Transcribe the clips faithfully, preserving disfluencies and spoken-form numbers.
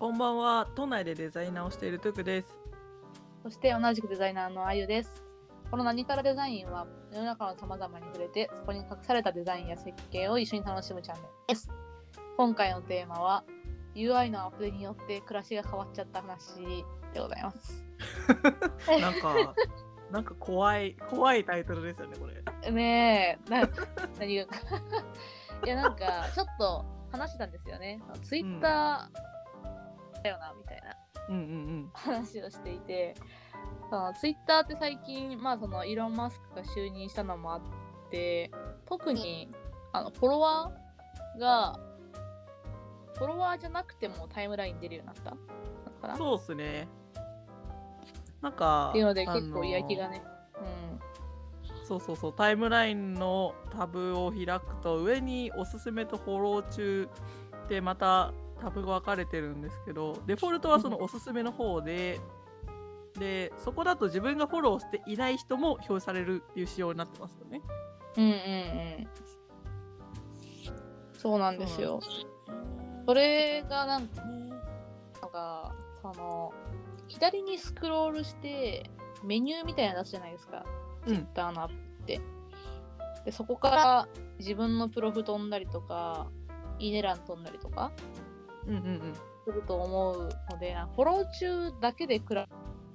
こんばんは。都内でデザイナーをしているトゥクです。 そして同じくデザイナーのあゆです。この何からデザインは世の中の様々に触れて、そこに隠されたデザインや設計を一緒に楽しむチャンネルです。今回のテーマは ユーアイ のアップデートによって暮らしが変わっちゃった話でございます。 なんかなんか怖い怖いタイトルですよねこれ。 ねえ、な何言うかいやなんかちょっと話したんですよね。ツイッターだよなみたいな話をしていて、そのツイッターって最近まあそのイーロン・マスクが就任したのもあって、特にあのフォロワーがフォロワーじゃなくてもタイムライン出るようになったのかな。 そうっすね。なんかっていうので結構嫌気がね、 うん、そうそうそう、タイムラインのタブを開くと上におすすめとフォロー中でまたタブが分かれてるんですけど、デフォルトはそのおすすめの方ででそこだと自分がフォローしていない人も表示されるっていう仕様になってますよね。 うんうんうん。そうなんですよ。それがなんかその左にスクロールしてメニューみたいなの出すじゃないですか、 うん、 Twitter のアプリって。でそこから自分のプロフ飛んだりとかいいね欄飛んだりとかうんうんうんすると思うので、フォロー中だけでくら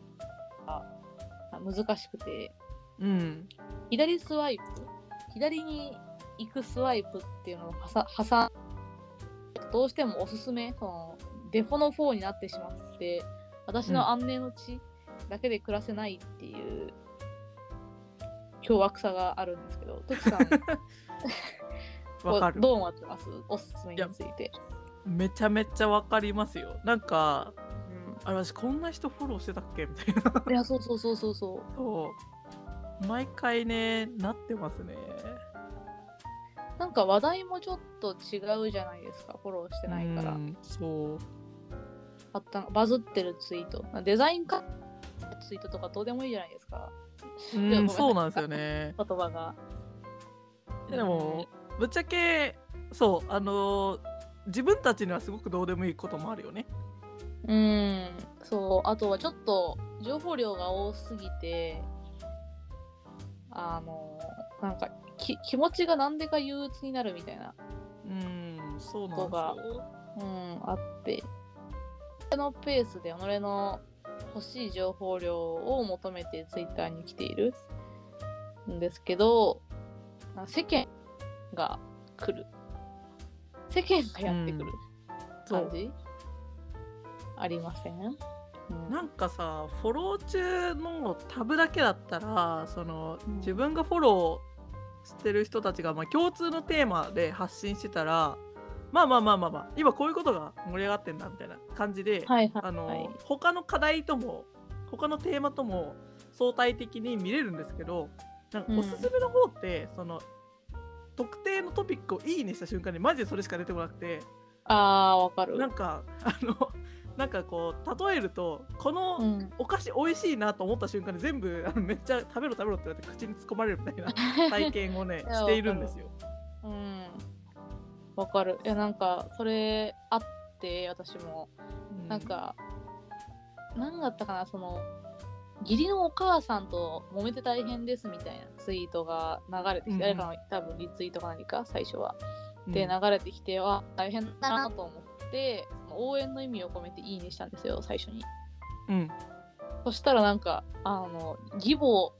難しくて、 うん、 左スワイプ左に行くスワイプっていうのを挟んどうしてもおすすめそのデフォの方になってしまって、私の安寧の地だけで暮らせないっていう凶悪さがあるんですけど、トキさんわかる。 どう思ってます？おすすめについて。 めちゃめちゃわかりますよ。なんか、うん、あれ私こんな人フォローしてたっけみたいな。 いやそうそうそうそうそう。 そう毎回ねなってますね。 なんか話題もちょっと違うじゃないですか、フォローしてないから。 うんそうあったバズってるツイート、デザインかツイートとかどうでもいいじゃないですか。 うんそうなんですよね。 言葉が。 でも、うん、ぶっちゃけそうあのー、自分たちにはすごくどうでもいいこともあるよね。 うんそうあとはちょっと情報量が多すぎて、あのー、なんかき気持ちがなんでか憂鬱になるみたいなうんそうなんですよ。 うんあって、このペースで己の欲しい情報量を求めてツイッターに来ているんですけど、世間が来る世間がやってくる感じ、うん、ありません？うん、 なんかさフォロー中のタブだけだったらその、うん、自分がフォローしてる人たちが、まあ、共通のテーマで発信してたらまあまあまあまあまあ今こういうことが盛り上がってんだみたいな感じで、 はいはいはい、 あの他の課題とも他のテーマとも相対的に見れるんですけど、なんかおすすめの方って、うん、その特定のトピックをいいねした瞬間にマジでそれしか出てこなくて、 あーわかる。 なんかあのなんかこう例えるとこのお菓子美味しいなと思った瞬間に全部あのめっちゃ食べろ食べろって言われて口に突っ込まれるみたいな体験をねしているんですよ。 うんわかる。いやなんかそれあって私も、うん、なんか何だったかな、その義理のお母さんと揉めて大変ですみたいなツイートが流れてきて、誰かの多分リツイートか何か最初は、うん、で流れてきては大変だなと思って応援の意味を込めていいねしたんですよ最初に。 うん。 そしたらなんかあの義母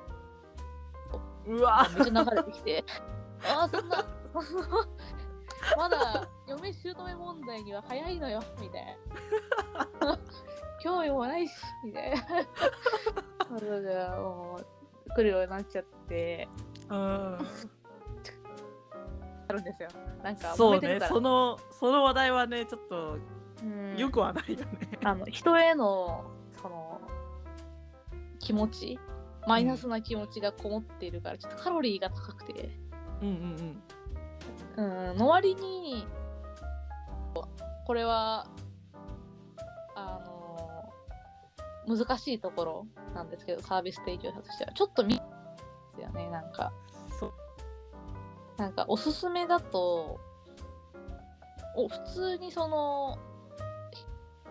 うわめっちゃ流れてきてああそんなそのまだ嫁姑問題には早いのよみたいな興味もないしみたいなそれがもう来るようになっちゃってうんあるんですよ。なんかそうね、そのその話題はねちょっとよくはないよね。 あの人へのその気持ちマイナスな気持ちがこもっているから、うん、ちょっとカロリーが高くて、 うんうんうん、の割にこれはあの難しいところなんですけど、サービス提供者としてはちょっと見ですよね。なんかそうなんかおすすめだとお普通にその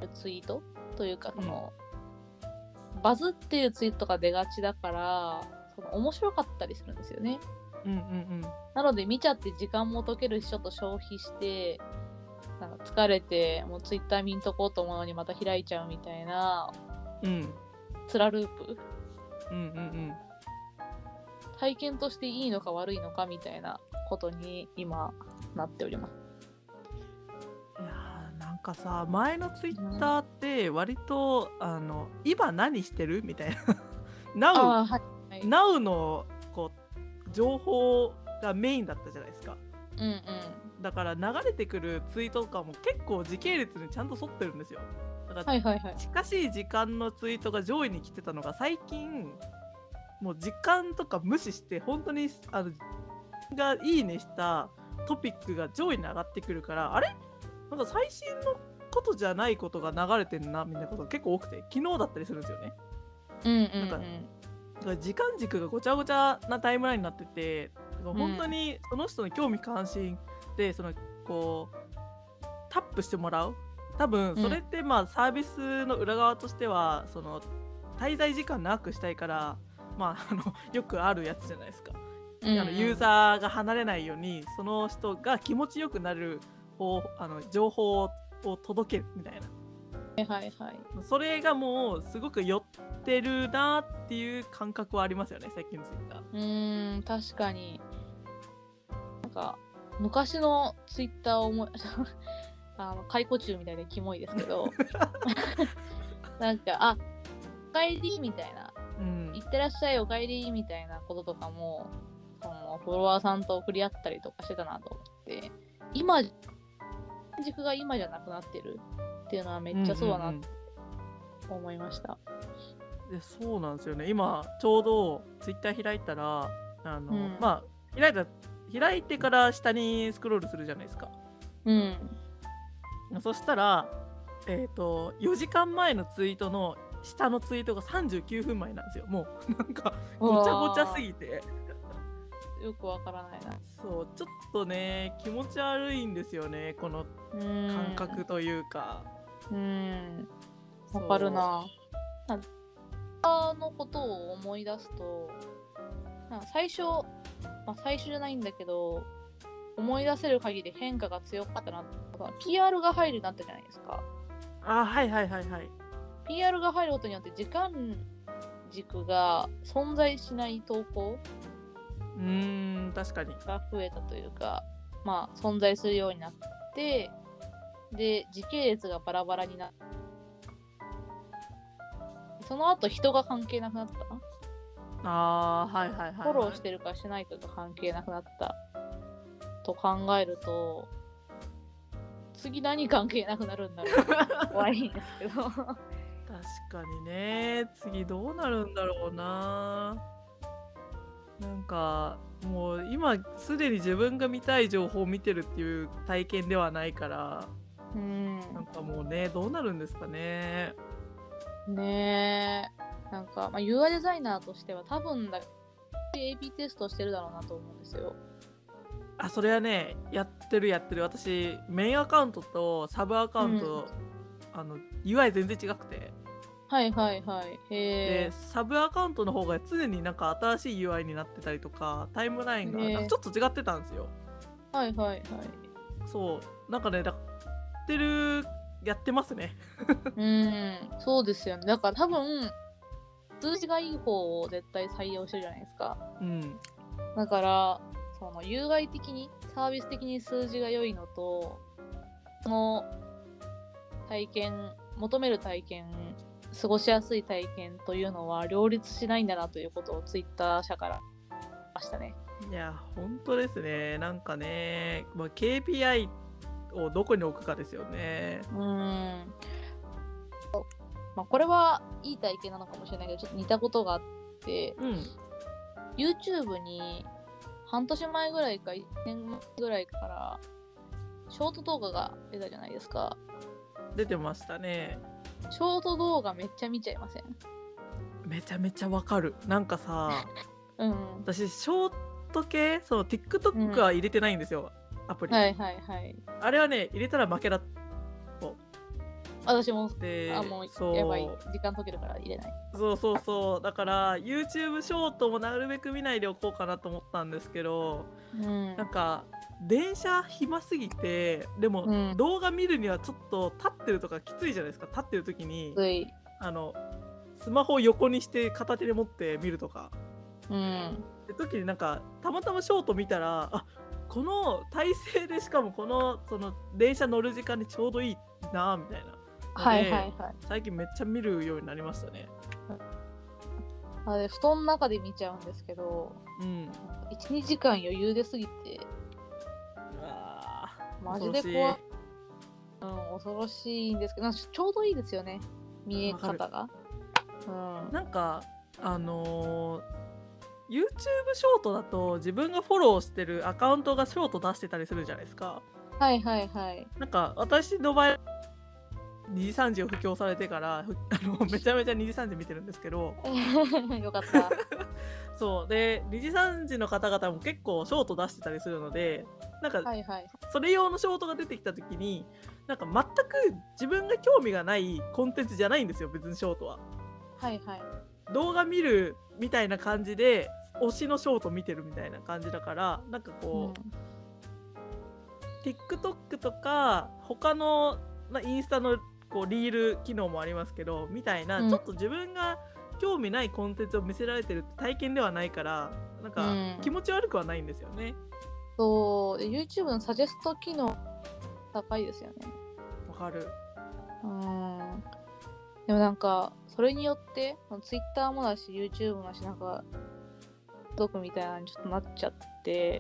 ツイートというかその、うん、バズっていうツイートが出がちだからその面白かったりするんですよね。 うんうんうん、 なので見ちゃって時間も解けるしちょっと消費してなんか疲れてもうツイッター見んとこうと思うのにまた開いちゃうみたいな、 うん、 つらループ、 うんうんうん、 体験としていいのか悪いのかみたいなことに今なっております。 いやーなんかさ前のツイッターって割と、うん、あの今何してるみたいな Now、はい、Now のこう情報がメインだったじゃないですか。 うんうん、 だから流れてくるツイートとかも結構時系列にちゃんと沿ってるんですよ。だから、 はいはいはい、 近しい時間のツイートが上位に来てたのが最近もう時間とか無視して本当にあのがいいねしたトピックが上位に上がってくるからあれなんか最新のことじゃないことが流れてんなみたいなことが結構多くて昨日だったりするんですよね。 うんうんうん、 なんか時間軸がごちゃごちゃなタイムラインになってて本当にその人の興味関心でそのこうタップしてもらう多分それってまあサービスの裏側としてはその滞在時間長くしたいからまああのよくあるやつじゃないですか、うんうん、あのユーザーが離れないようにその人が気持ちよくなる方あの情報を届けるみたいな。 はいはい、 それがもうすごく寄ってるなっていう感覚はありますよね最近のツイッター。 うーん確かになんか昔のツイッターを思いあの解雇中みたいでキモいですけどなんかあおかえりみたいな、うん、行ってらっしゃいおかえりみたいなこととかもそのフォロワーさんと送り合ったりとかしてたなと思って今軸が今じゃなくなってるっていうのはめっちゃそうだなって思いました、 うんうんうん、でそうなんですよね。今ちょうどツイッター開いたらあの、うん、まあ開いた開いてから下にスクロールするじゃないですか。 うんそしたらえっとよじかんまえのツイートの下のツイートがさんじゅうきゅうふんまえなんですよ。もうなんかごちゃごちゃすぎてよくわからないな。 そうちょっとね気持ち悪いんですよねこの感覚というか。 うーんわかるな。あのことを思い出すとなんか最初、まあ、最初じゃないんだけど思い出せる限り変化が強かったな。 ピーアール が入るようになったじゃないですか。 あはいはいはいはい。 ピーアール が入ることによって時間軸が存在しない投稿うーん確かにが増えたというかまあ存在するようになってで時系列がバラバラになってその後人が関係なくなった。 あーはいはいはい、はい、 フォローしてるかしてないかが関係なくなったと考えると次何関係なくなるんだろう怖いんですけど確かにね次どうなるんだろうな。なんかもう今すでに自分が見たい情報を見てるっていう体験ではないからうんなんかもうねどうなるんですかね。 ねえなんか、まあ、ユーアイ デザイナーとしては多分だ エービー テストしてるだろうなと思うんですよ。 あそれはねやってるやってる。私メインアカウントとサブアカウント、うん、あの ユーアイ 全然違くてはいはいはいへでサブアカウントの方が常になんか新しい ユーアイ になってたりとかタイムラインがなんかちょっと違ってたんですよ。 はいはいはいそうなんかねやってるやってますねうんそうですよね。だから多分数字がいい方を絶対採用してるじゃないですか。うんだからその ユーアイ 的にサービス的に数字が良いのとその体験求める体験過ごしやすい体験というのは両立しないんだなということをツイッター社からましたね。 いや本当ですね。なんかね、まあ、ケーピーアイ をどこに置くかですよね。 うーん、まあ、これはいい体験なのかもしれないけどちょっと似たことがあって、うん、YouTube に半年前ぐらいかいちねんまえぐらいからショート動画が出たじゃないですか。 出てましたね。 ショート動画めっちゃ見ちゃいません？ めちゃめちゃわかる。なんかさ、うん、私ショート系その TikTok は入れてないんですよ、うん、アプリ。 はいはいはい。 あれはね入れたら負けだと。 私もで、 あもうそうやばい時間解けるから入れない。 そうそうそうだから YouTube ショートもなるべく見ないでおこうかなと思ったんですけど、 うん、 なんか電車暇すぎてでも、 うん、 動画見るにはちょっと立ってるとかきついじゃないですか。立ってる時につい、 あのスマホを横にして片手で持って見るとかうん、 って時になんかたまたまショート見たらあこの体勢でしかもこのその電車乗る時間にちょうどいいなみたいなので、 はいはいはい。 最近めっちゃ見るようになりましたね。 あれ布団の中で見ちゃうんですけど、 うん。 いち、にじかん余裕で過ぎて、 うわマジで怖い。うん、恐ろしいんですけど、なんかちょうどいいですよね、見え方が。うん、 なんかあのー、YouTube ショートだと自分がフォローしてるアカウントがショート出してたりするじゃないですか。 はいはいはい。 なんか私の場合にじさんじを布教されてからあのめちゃめちゃにじさんじ見てるんですけどよかった。 そうでにじさんじの方々も結構ショート出してたりするので、なんかそれ用のショートが出てきた時になんか全く自分が興味がないコンテンツじゃないんですよ、別にショートは。 はいはい。 動画見るみたいな感じで推しのショート見てるみたいな感じだから、なんかこう、うん、TikTok とか他の、まあ、インスタのこうリール機能もありますけどみたいな、うん、ちょっと自分が興味ないコンテンツを見せられてるって体験ではないからなんか気持ち悪くはないんですよね。うん、 そう YouTube のサジェスト機能高いですよね。 わかる。 うん。でもなんかそれによってTwitterもだし YouTube もだしなんかTikTokみたいなのにちょっとなっちゃって、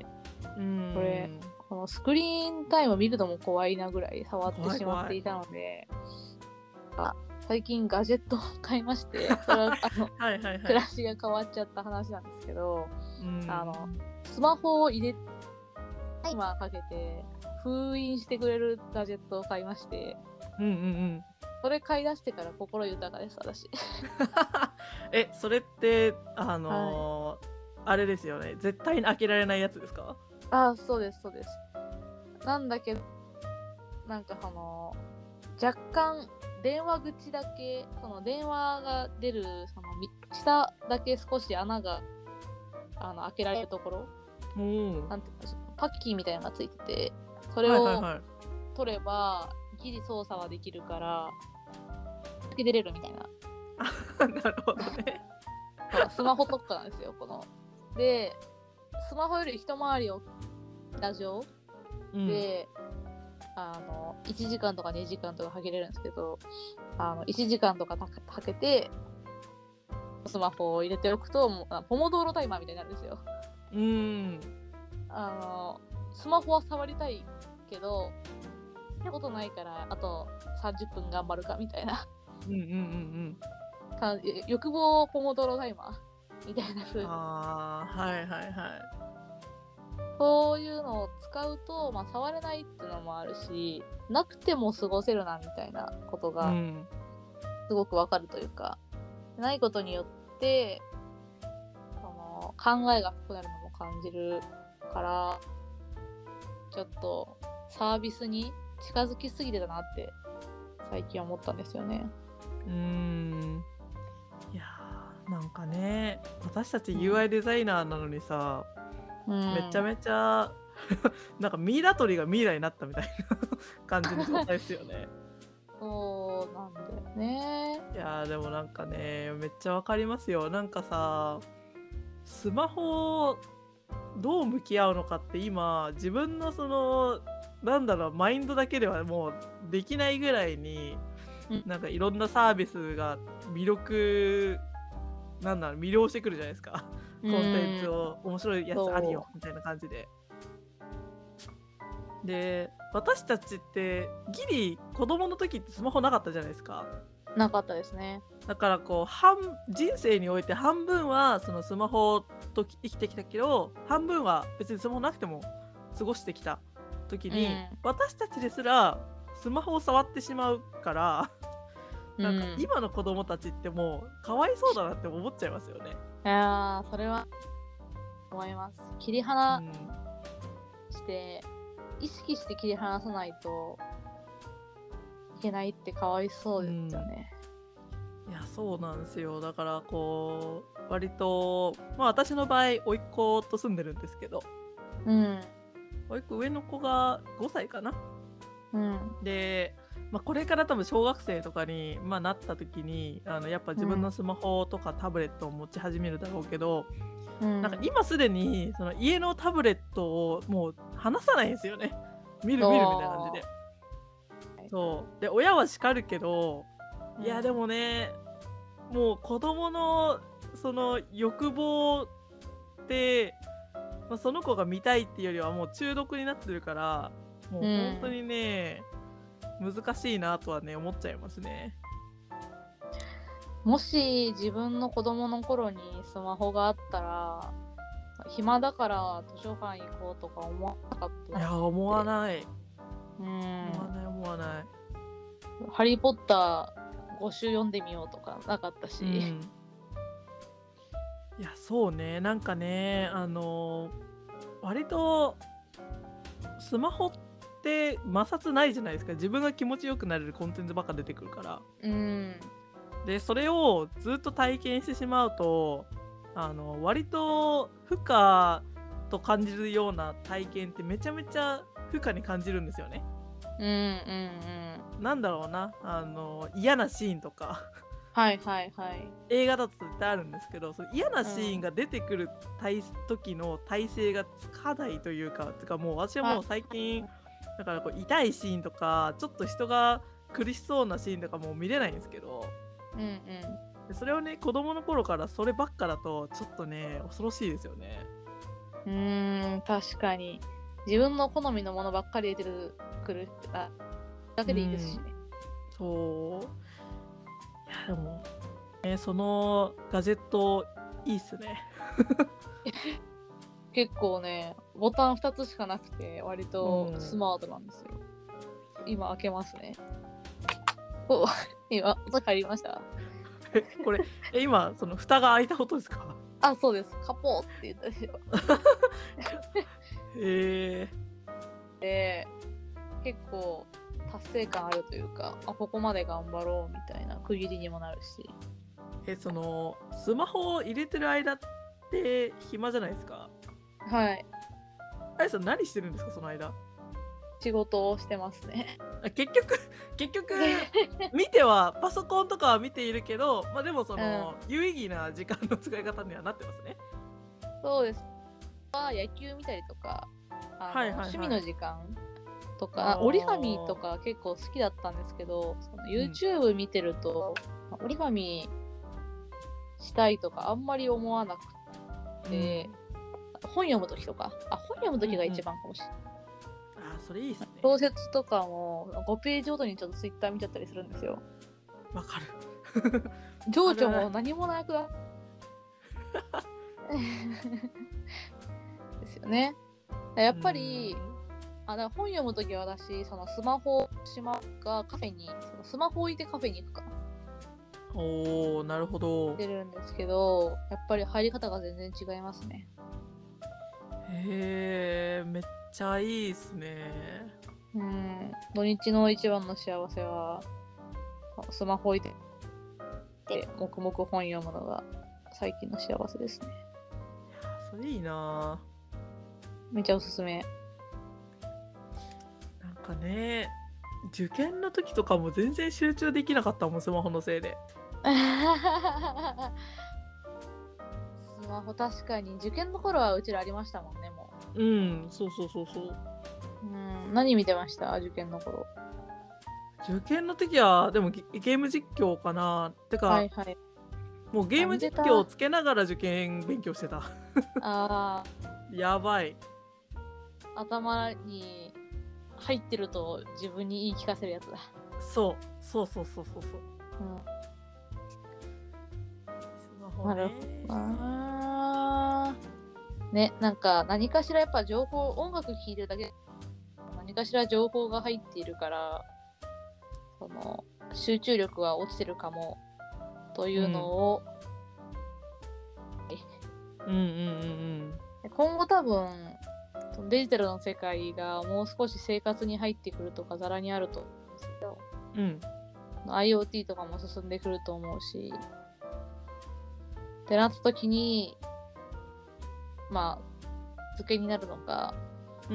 うん、これこのスクリーンタイムを見るのも怖いなぐらい触ってしまっていたので、あ最近ガジェットを買いまして、それはあのはいはい、はい、暮らしが変わっちゃった話なんですけど、うん、あのスマホを入れタイマーかけて封印してくれるガジェットを買いまして、うんうんうん、それ買い出してから心豊かです私。 えそれってあのーはい、あれですよね、絶対に開けられないやつですか？ あ、そうですそうです。なんだけどなんかその若干電話口だけその電話が出るその下だけ少し穴があの開けられるところ、うん、なんてパッキーみたいなのがついてて、それを取ればギリ操作はできるから出れるみたいな。 なるほどね。 スマホ特化なんですよこの。でスマホより一回り大きいラジオ、うん、であのいちじかんとかにじかんとかかけれるんですけど、あのいちじかんとかかけてスマホを入れておくともうポモドーロタイマーみたいになるんですよ。うん。あのスマホは触りたいけどやることないからあとさんじゅっぷん頑張るかみたいな。うんうんうんうん。欲望ポモドーロタイマーみたいな風に。ああはいはいはい。そういうのを使うと、まあ、触れないっていうのもあるし、なくても過ごせるなみたいなことがすごくわかるというか、うん、ないことによってその考えが深くなるのも感じるから、ちょっとサービスに近づきすぎてたなって最近思ったんですよね。うーん、 いやーなんかね、私たち ユーアイ デザイナーなのにさ、うん、めちゃめちゃなんかミイラ取りがミイラになったみたいな感じの状態ですよね。 そうなんだよね。 いやーでもなんかねめっちゃわかりますよ。なんかさスマホどう向き合うのかって今自分のそのなんだろうマインドだけではもうできないぐらいに、うん、なんかいろんなサービスが魅力なんだろう魅了してくるじゃないですか。コンテンツを面白いやつあるよみたいな感じで。で私たちってギリ子供の時ってスマホなかったじゃないですか。 なかったですね。 だからこう半人生において半分はそのスマホと生きてきたけど半分は別にスマホなくても過ごしてきた時に、うん、私たちですらスマホを触ってしまうからなんか今の子供たちってもうかわいそうだなって思っちゃいますよね。 いやーそれは思います。切り離して、うん、意識して切り離さないといけないってかわいそうですよね。 うん、いやそうなんですよ。だからこう割とまあ私の場合甥っ子と住んでるんですけど、 うん、 甥っ子上の子がごさいかな。 うん、 で、まあ、これから多分小学生とかに、まあ、なった時にあのやっぱ自分のスマホとかタブレットを持ち始めるだろうけど、うん、なんか今すでにその家のタブレットをもう離さないんですよね。見る見るみたいな感じで。そうで親は叱るけど、いやでもね、もう子供のその欲望って、まあ、その子が見たいっていうよりはもう中毒になってるから、もう本当にね、うん、難しいなとはね思っちゃいますね。 もし自分の子供の頃にスマホがあったら暇だから図書館行こうとか思わなかった？ いや思わない。 うん、 思わない思わない。 ハリーポッターご週読んでみようとかなかったし、うん、いやそうね、なんかねあのー、割とスマホって摩擦ないじゃないですか。自分が気持ちよくなれるコンテンツばっか出てくるから、うん、でそれをずっと体験してしまうとあの割と負荷と感じるような体験ってめちゃめちゃ負荷に感じるんですよね。 うんうんうん、 なんだろうな、あの嫌なシーンとかはいはいはい、 映画だと絶対あるんですけど、その嫌なシーンが出てくる時の体勢がつかないというか、てかもう私はもう最近だからこう痛いシーンとかちょっと人が苦しそうなシーンとかもう見れないんですけど、うんうん、でそれをね子供の頃からそればっかだとちょっとね恐ろしいですよね。 うーん、確かに自分の好みのものばっかり出てくるだけでいいですしね。 うん、そういやでも、ね、そのガジェットいいっすね。 結構ねボタンふたつしかなくて割とスマートなんですよ。うん、今開けますね。お今音入りました。 えこれえ今その蓋が開いた音ですか？ あ、そうです。カポーって言ったですよ。 へえー。 で結構達成感あるというか、あここまで頑張ろうみたいな区切りにもなるし。 えそのスマホを入れてる間って暇じゃないですか？ はい。 あやさん何してるんですかその間？ 仕事をしてますね。 結局結局見てはパソコンとかは見ているけど、まあでもその、うん、有意義な時間の使い方にはなってますね。 そうです。野球見たりとか、あの、はいはいはい、趣味の時間とか折り紙とか結構好きだったんですけど、その YouTube 見てると、うん、折り紙したいとかあんまり思わなくて、うん、本読む時とかあ本読む時が一番かもしれない。うんうん、 あそれいいっすね。 小説とかもごページごとにちょっとツイッター見ちゃったりするんですよ。 わかる。 情緒も何もなくなですよね。やっぱりあだから本読むときは私そのスマホしまがカフェにそのスマホ置いてカフェに行くかな。 おーなるほど。 出るんですけどやっぱり入り方が全然違いますね。 へえめっちゃいいっすね。 うん土日の一番の幸せはスマホ置いて黙々本読むのが最近の幸せですね。 いやそれいいな。 めっちゃおすすめ。 なんかね受験の時とかも全然集中できなかったもんスマホのせいで。 スマホ確かに受験の頃はうちらありましたもんねもう。うんそうそうそうそう。 うん何見てました受験の頃？ 受験の時はでもゲーム実況かな。てか、はいはい、もうゲーム実況をつけながら受験勉強してた。あやばい。 頭に入ってると自分に言い聞かせるやつだ。 そうそうそうそうそうそう。うん、スマホね。 あねなんか何かしらやっぱ情報音楽聴いてるだけ何かしら情報が入っているからその集中力は落ちてるかもというのを、 うん、うんうんうんうん。 今後多分デジタルの世界がもう少し生活に入ってくるとかざらにあると思うんですけど、 うん、 IoT とかも進んでくると思うし、ってなった時にまあ付けになるのか、 うん、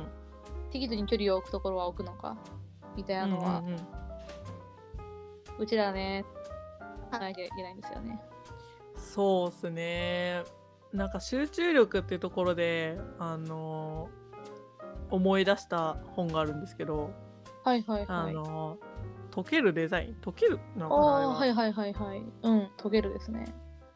適度に距離を置くところは置くのかみたいなのは、 うんうんうん、 うちらね考えなきゃいけないんですよね。 そうっすね。なんか集中力っていうところであのー、思い出した本があるんですけど、 はいはいはい。 あのー、溶けるデザイン溶けるのかな、あれああ、 は。 はいはいはいはい。うん、溶けるですね。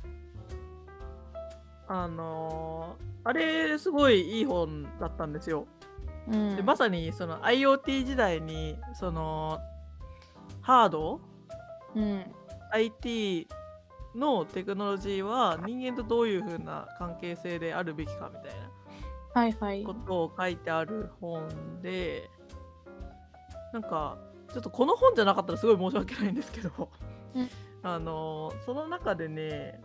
あのー、あれすごいいい本だったんですよ。 うん、 でまさにその IoT 時代にそのハード、 うん、 アイティー のテクノロジーは人間とどういう風な関係性であるべきかみたいはいは。 ないことを書いてある本で、なんかちょっとこの本じゃなかったらすごい申し訳ないんですけど、 うん、 あのその中でね、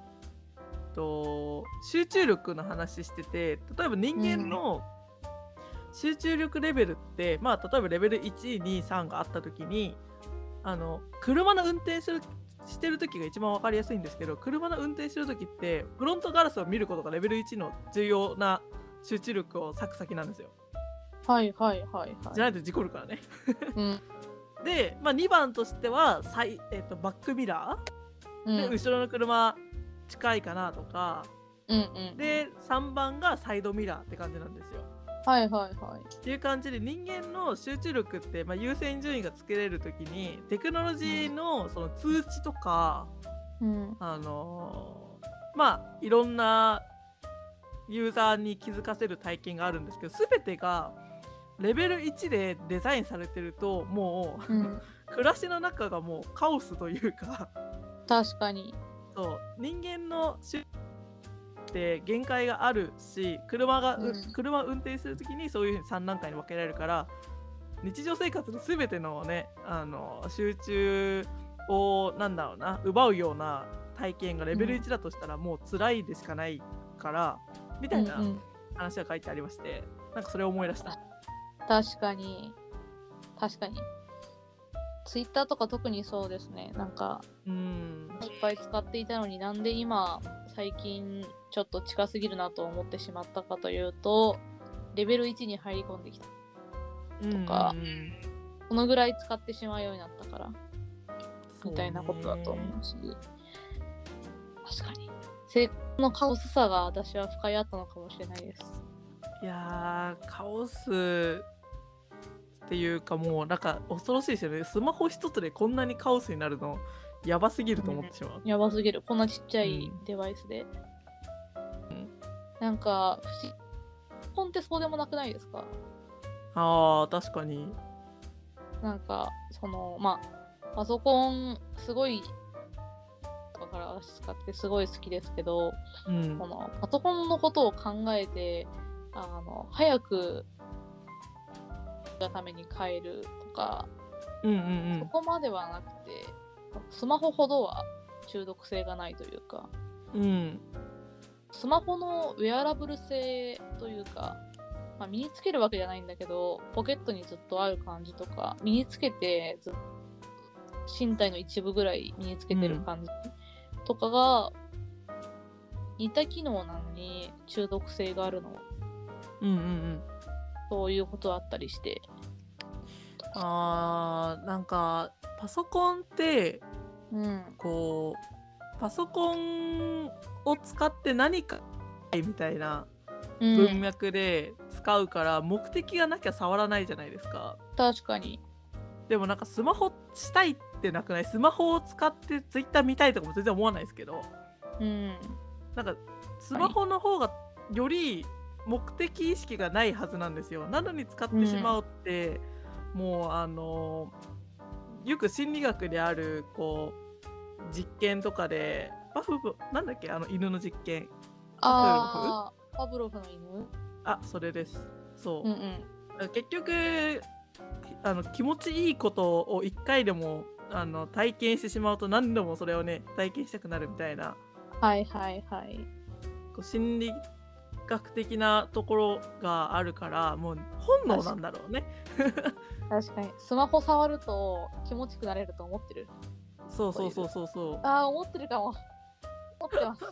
と集中力の話してて、例えば人間の集中力レベルって、まあ例えばレベルいち、に、さんがあった時に、あの車の運転するしてる時が一番分かりやすいんですけど、車の運転してる時ってフロントガラスを見ることがレベルいちの重要な集中力を割く先なんですよ。 はいはいはいはい。 じゃないと事故るからね。 うん、 で、まあ、にばんとしてはサイ、えー、とバックミラーで、 うん、 後ろの車近いかなとか、 うんうん。 でさんばんがサイドミラーって感じなんですよ。 はいはいはい。 っていう感じで、人間の集中力って、まあ、優先順位がつけれる時にテクノロジーのその通知とか、 うん、 あのーまあいろんなユーザーに気づかせる体験があるんですけど、全てがレベルいちでデザインされてると、もう、 うん、 暮らしの中がもうカオスというか、 確かに。 そう人間の集中って限界があるし、車が、 うん、 車を運転するときにそういうふうにさん段階に分けられるから、日常生活の全てのね、あの集中をなんだろうな奪うような体験がレベルいちだとしたらもう辛いでしかないからみたいな話が書いてありまして、なんかそれを思い出した。 確かに確かに。ツイッターとか特にそうですね。なんかうんいっぱい使っていたのになんで今最近ちょっと近すぎるなと思ってしまったかというと、レベルいちに入り込んできたとか、 うんうんうん、 このぐらい使ってしまうようになったからみたいなことだと思うし、確かに生活のカオスさが私は深いあったのかもしれないです。 いやー、カオスっていうか、もうなんか恐ろしいですよね。スマホ一つでこんなにカオスになるのやばすぎると思ってしまう。 うん、やばすぎる。こんなちっちゃいデバイスで、うん、なんか不思議。本ってそうでもなくないですか？ あー、確かに。 なんかそのまあパソコンすごいだから私使ってすごい好きですけど、うん、このパソコンのことを考えてあの早くがために変えるとか、 うんうんうん、 そこまではなくてスマホほどは中毒性がないというか、うん、スマホのウェアラブル性というか、まあ、身につけるわけじゃないんだけどポケットにずっとある感じとか、身につけてずっと身体の一部ぐらい身につけてる感じとかが、似た機能なのに中毒性があるの、 うんうんうん、 そういうことあったりして、 あー、なんかパソコンって、うん、こうパソコンを使って何かみたいな文脈で使うから、目的がなきゃ触らないじゃないですか。 確かに。 でもなんかスマホしたいってなくない？スマホを使ってツイッター見たいとかも全然思わないですけど、うん、なんかスマホの方がより目的意識がないはずなんですよ。なのに使ってしまうって、うん、もうあのよく心理学であるこう実験とかでパフブなんだっけ、あの犬の実験、 あーパブロフの犬、 あ、それです。そう、うんうん、結局あの気持ちいいことを一回でもあの体験してしまうと何度もそれをね体験したくなるみたいな、 はいはいはい、 こう心理覚的なところがあるからもう本能なんだろうね。 確かにスマホ触ると気持ちよくなれると思ってる。 そうそうそうそうそう。 ああ思ってるかも。思ってます。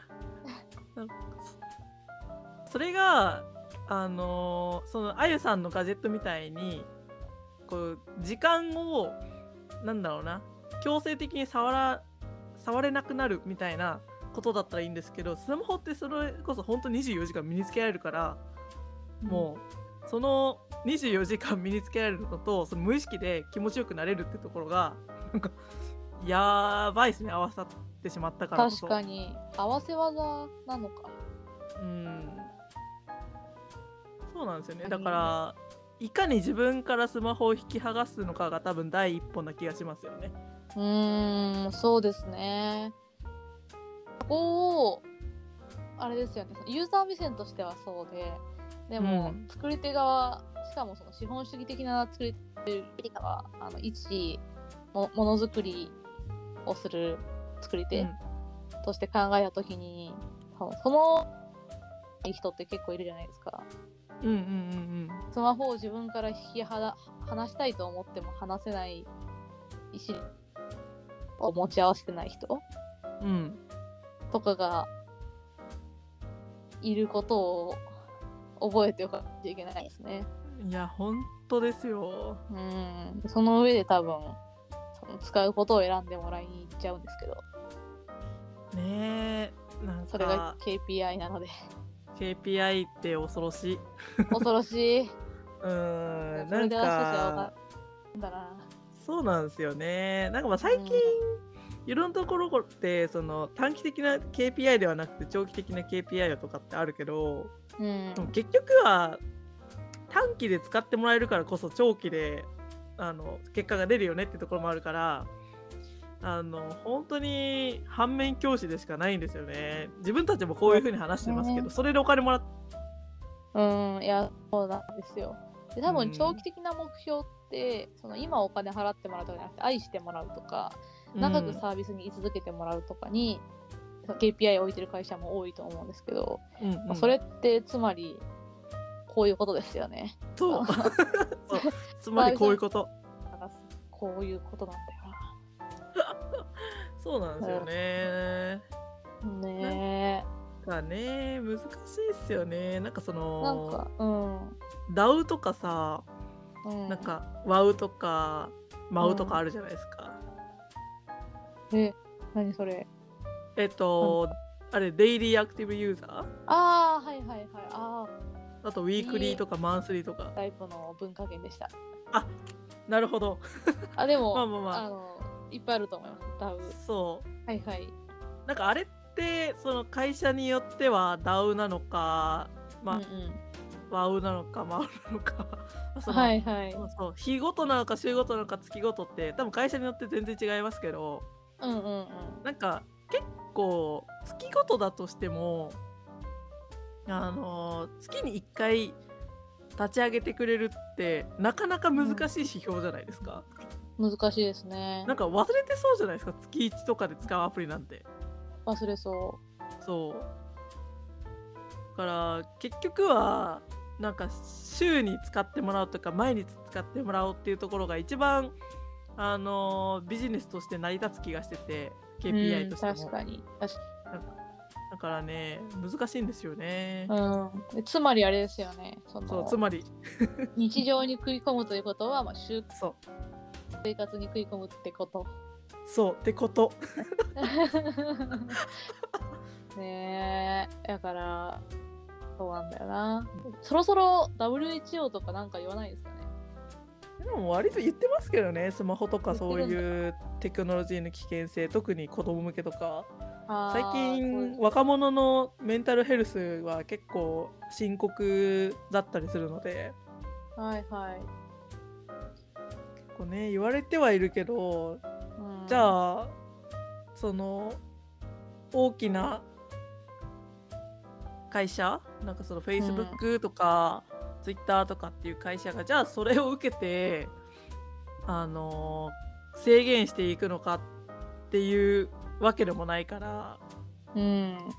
それがあのー、そのあゆさんのガジェットみたいにこう時間をなんだろうな強制的に触ら触れなくなるみたいなことだったらいいんですけど、スマホってそれこそ本当にじゅうよじかん身につけられるから、うん、もうそのにじゅうよじかん身につけられるのとその無意識で気持ちよくなれるってところがなんかやばいですね、合わさってしまったからこそ。 確かに合わせ技なのか。 うんそうなんですよね。だからいかに自分からスマホを引き剥がすのかが多分第一歩な気がしますよね。 うーんそうですね。ここをあれですよね、ユーザー目線としてはそうで、でも、うん、作り手側しかもその資本主義的な作り手側あの一ものづくりをする作り手として考えたときに、うん、その人って結構いるじゃないですか。 うんうんうんうん、 スマホを自分から引き離したいと思っても離せない意思を持ち合わせてない人、 うん、 とかがいることを覚えておかないといけないですね。 いや本当ですよ。 うんその上で多分その使うことを選んでもらいに行っちゃうんですけどねえ、なんかそれが ケーピーアイ なのでケーピーアイ って恐ろしい恐ろしい。 うーんそれで私たちは分かるんだな。 そうなんですよね。なんかまあ最近、うん、いろんなところってその短期的な ケーピーアイ ではなくて長期的な ケーピーアイ とかってあるけど、うん、でも結局は短期で使ってもらえるからこそ長期であの結果が出るよねってところもあるからあの本当に反面教師でしかないんですよね。自分たちもこういう風に話してますけど、ね、それでお金もらっうんいやそうなんですよ。で多分長期的な目標って、うん、その今お金払ってもらうとかじゃなくて愛してもらうとか長くサービスに居続けてもらうとかに、うん、ケーピーアイ を置いてる会社も多いと思うんですけど、うんうんまあ、それってつまりこういうことですよね。 そうつまりこういうことこういうことなんだよなそうなんですよね。 ねえなんかね難しいっすよね。なんかそのなんか、うん、 ダウ とかさ、うん、なんか ワウ とか マウ とかあるじゃないですか、 うん、え何それえっとあれデイリーアクティブユーザーああはいはいはいああとウィークリーとかマンスリーとかタイプの文化圏でした。 あなるほどあでもまあまあ、まあ、あのいっぱいあると思いますダウ。 そうはいはいなんかあれってその会社によってはダウなのかまあ、うんうん、ワウなのかマウなのかそのはいはいそう日ごとなのか週ごとなのか月ごとって多分会社によって全然違いますけど、 うんうんうん、 なんか結構月ごとだとしてもあの月にいっかい立ち上げてくれるってなかなか難しい指標じゃないですか、 うん、難しいですね。 なんか忘れてそうじゃないですか月いちとかで使うアプリなんて忘れそうそうだから結局はなんか週に使ってもらうとか毎日使ってもらおうっていうところが一番あのー、ビジネスとして成り立つ気がしてて ケーピーアイ としても、 うん、確かに確かにだからね難しいんですよね、 うん、でつまりあれですよねそのそうつまり日常に食い込むということは、まあ、週そう生活に食い込むってことそうってことねえだからそうなんだよな。そろそろ ダブリューエイチオー とかなんか言わないですかね。 でも割と言ってますけどねスマホとかそういうテクノロジーの危険性特に子供向けとか最近若者のメンタルヘルスは結構深刻だったりするのではいはい結構ね言われてはいるけど、うん、じゃあその大きな会社なんかその Facebook とか、うん、Twitter とかっていう会社がじゃあそれを受けてあのー、制限していくのかっていうわけでもないから、 うん、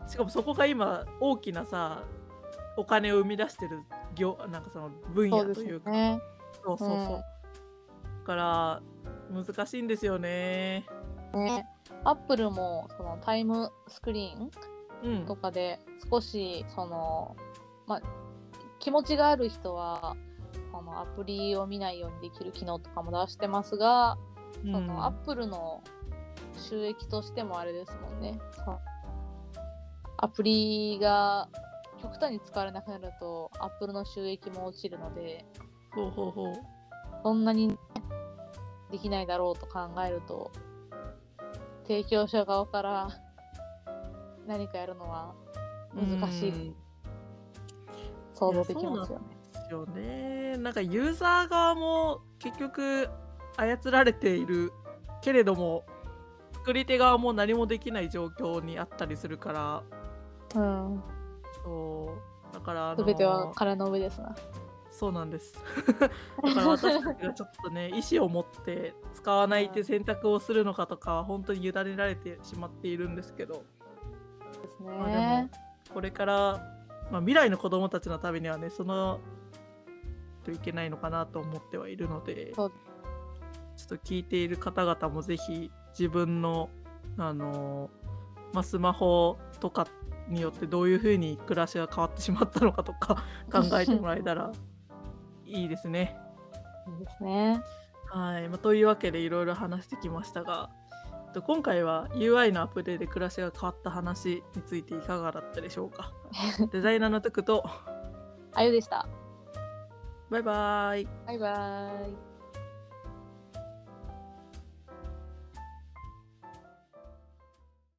しかもそこが今大きなさ、お金を生み出してる業なんかその分そうです野というか、 ね。 そうそうそう。 うん。 だから難しいんですよね。 ね。アップルもそのタイムスクリーンうんとかで少しその、まあ、気持ちがある人はそのアプリを見ないようにできる機能とかも出してますが、 うんそのアップルの収益としてもあれですもんね。そのアプリが極端に使われなくなるとアップルの収益も落ちるので、 ほうほうほう。 そんなにできないだろうと考えると、提供者側から何かやるのは難しい、 うん。 想像できますよね。 ですよね。なんかユーザー側も結局操られているけれども、作り手側も何もできない状況にあったりするから、 うん。 そうだからあすべてはの彼の上ですな。 そうなんです。だから私たちがちょっとね、意思を持って使わないって選択をするのかとかは本当に委ねられてしまっているんですけど、 ですまあでもね。 これから、まあ、未来の子供たちのためにはね、そのといけないのかなと思ってはいるので、ちょそうっと聞いている方々もぜひ自分のあの、まあ、スマホとかによってどういう風に暮らしが変わってしまったのかとか考えてもらえたらいいですね。 いいですね。 はい、まあ、というわけでいろいろ話してきましたが、えっと今回は ユーアイ のアップデートで暮らしが変わった話についていかがだったでしょうか。デザイナーのトゥクとあゆでした。 バイバーイ。 バイバーイ。